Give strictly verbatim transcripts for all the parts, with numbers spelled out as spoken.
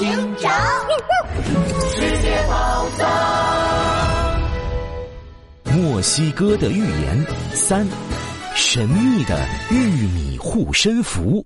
警长，世界宝藏。 墨西哥的预言三，神秘的玉米护身符。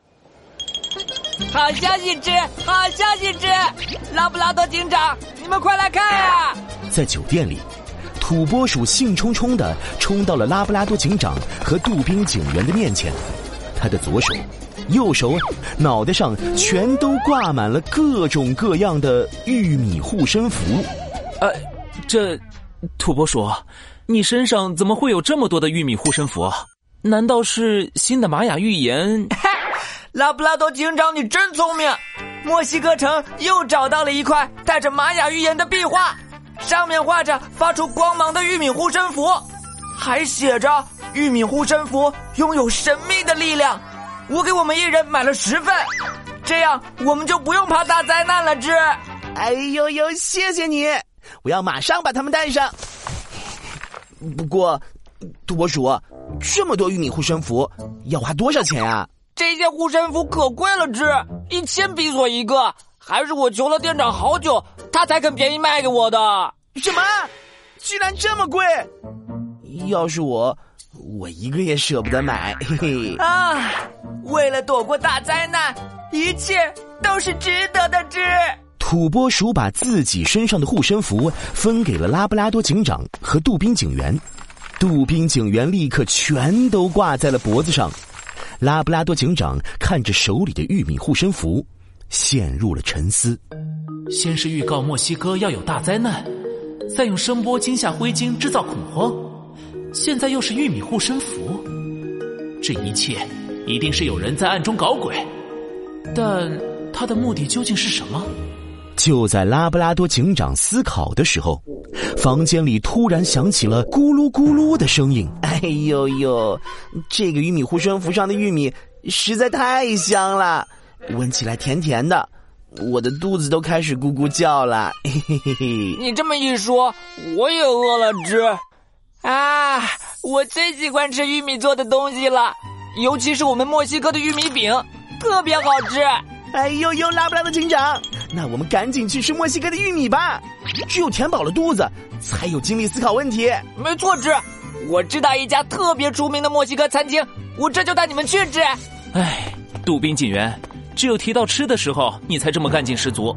好消息之，好消息之！拉布拉多警长，你们快来看呀！ 在酒店里，土拨鼠兴冲冲地冲到了拉布拉多警长和杜宾警员的面前。他的左手、右手、脑袋上全都挂满了各种各样的玉米护身符。 呃，这土拨鼠，你身上怎么会有这么多的玉米护身符？难道是新的玛雅预言？ 拉布拉多警长，你真聪明！墨西哥城又找到了一块带着玛雅预言的壁画，上面画着发出光芒的玉米护身符，还写着玉米护身符拥有神秘的力量。我给我们一人买了十份，这样我们就不用怕大灾难了。芝， 哎呦呦，谢谢你！我要马上把它们带上。不过，土拨鼠，这么多玉米护身符要花多少钱啊？ 这些护身符可贵了，芝，一千比索一个，还是我求了店长好久，他才肯便宜卖给我的。 什么？居然这么贵？要是我，我一个也舍不得买。嘿嘿啊！为了躲过大灾难，一切都是值得的，芝。 土拨鼠把自己身上的护身符分给了拉布拉多警长和杜宾警员，杜宾警员立刻全都挂在了脖子上。拉布拉多警长看着手里的玉米护身符，陷入了沉思。 先是预告墨西哥要有大灾难，再用声波惊吓灰鲸制造恐慌，现在又是玉米护身符，这一切一定是有人在暗中搞鬼，但他的目的究竟是什么？ 就在拉布拉多警长思考的时候，房间里突然响起了咕噜咕噜的声音。 哎呦呦，这个玉米护身符上的玉米实在太香了，闻起来甜甜的，我的肚子都开始咕咕叫了。嘿嘿嘿嘿， 你这么一说，我也饿了，芝。啊，我最喜欢吃玉米做的东西了，尤其是我们墨西哥的玉米饼，特别好吃。 哎呦呦，拉布拉多警长，那我们赶紧去吃墨西哥的玉米吧，只有填饱了肚子，才有精力思考问题。 没错，芝，我知道一家特别出名的墨西哥餐厅，我这就带你们去吃。 哎，杜宾警员，只有提到吃的时候，你才这么干劲十足。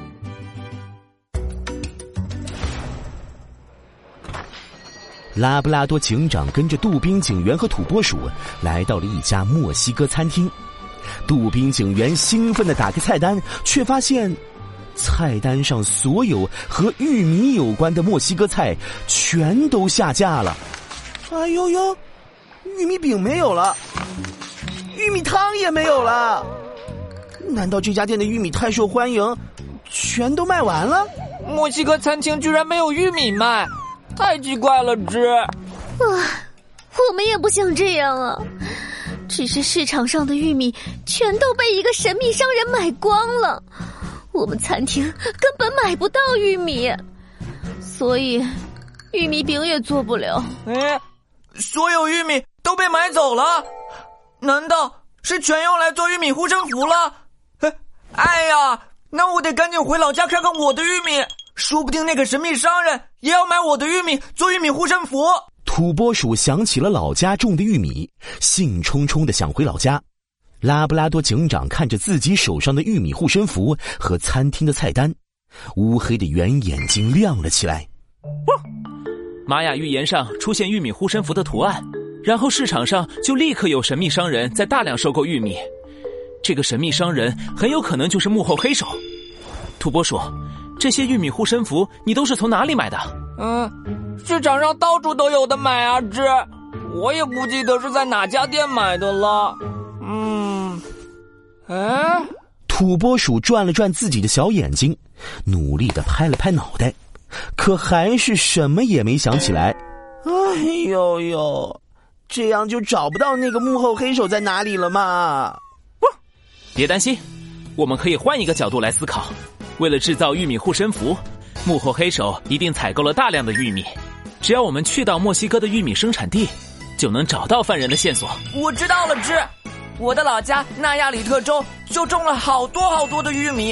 拉布拉多警长跟着杜宾警员和土拨鼠来到了一家墨西哥餐厅。杜宾警员兴奋地打开菜单，却发现菜单上所有和玉米有关的墨西哥菜全都下架了。 哎呦呦，玉米饼没有了，玉米汤也没有了，难道这家店的玉米太受欢迎，全都卖完了？ 墨西哥餐厅居然没有玉米卖，太奇怪了，芝。啊， 我们也不想这样啊，只是市场上的玉米全都被一个神秘商人买光了，我们餐厅根本买不到玉米，所以玉米饼也做不了。 哎，所有玉米都被买走了？难道是全用来做玉米护身符了？哎，哎呀，那我得赶紧回老家看看我的玉米，说不定那个神秘商人也要买我的玉米做玉米护身符。 土拨鼠想起了老家种的玉米，兴冲冲地想回老家。拉布拉多警长看着自己手上的玉米护身符和餐厅的菜单，乌黑的圆眼睛亮了起来。 玛雅预言上出现玉米护身符的图案，然后市场上就立刻有神秘商人在大量收购玉米，这个神秘商人很有可能就是幕后黑手。土拨鼠，这些玉米护身符你都是从哪里买的？ 嗯，市场上到处都有的买啊，芝，我也不记得是在哪家店买的了。嗯，哎， 土拨鼠转了转自己的小眼睛，努力地拍了拍脑袋，可还是什么也没想起来。 哎呦呦，这样就找不到那个幕后黑手在哪里了嘛？ 别担心，我们可以换一个角度来思考。为了制造玉米护身符，幕后黑手一定采购了大量的玉米，只要我们去到墨西哥的玉米生产地，就能找到犯人的线索。 我知道了，芝，我的老家纳亚里特州就种了好多好多的玉米，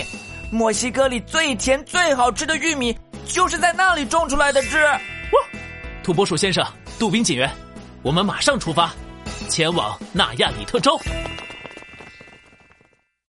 墨西哥里最甜最好吃的玉米就是在那里种出来的汁。 土拨鼠先生，杜宾警员，我们马上出发，前往纳亚里特州。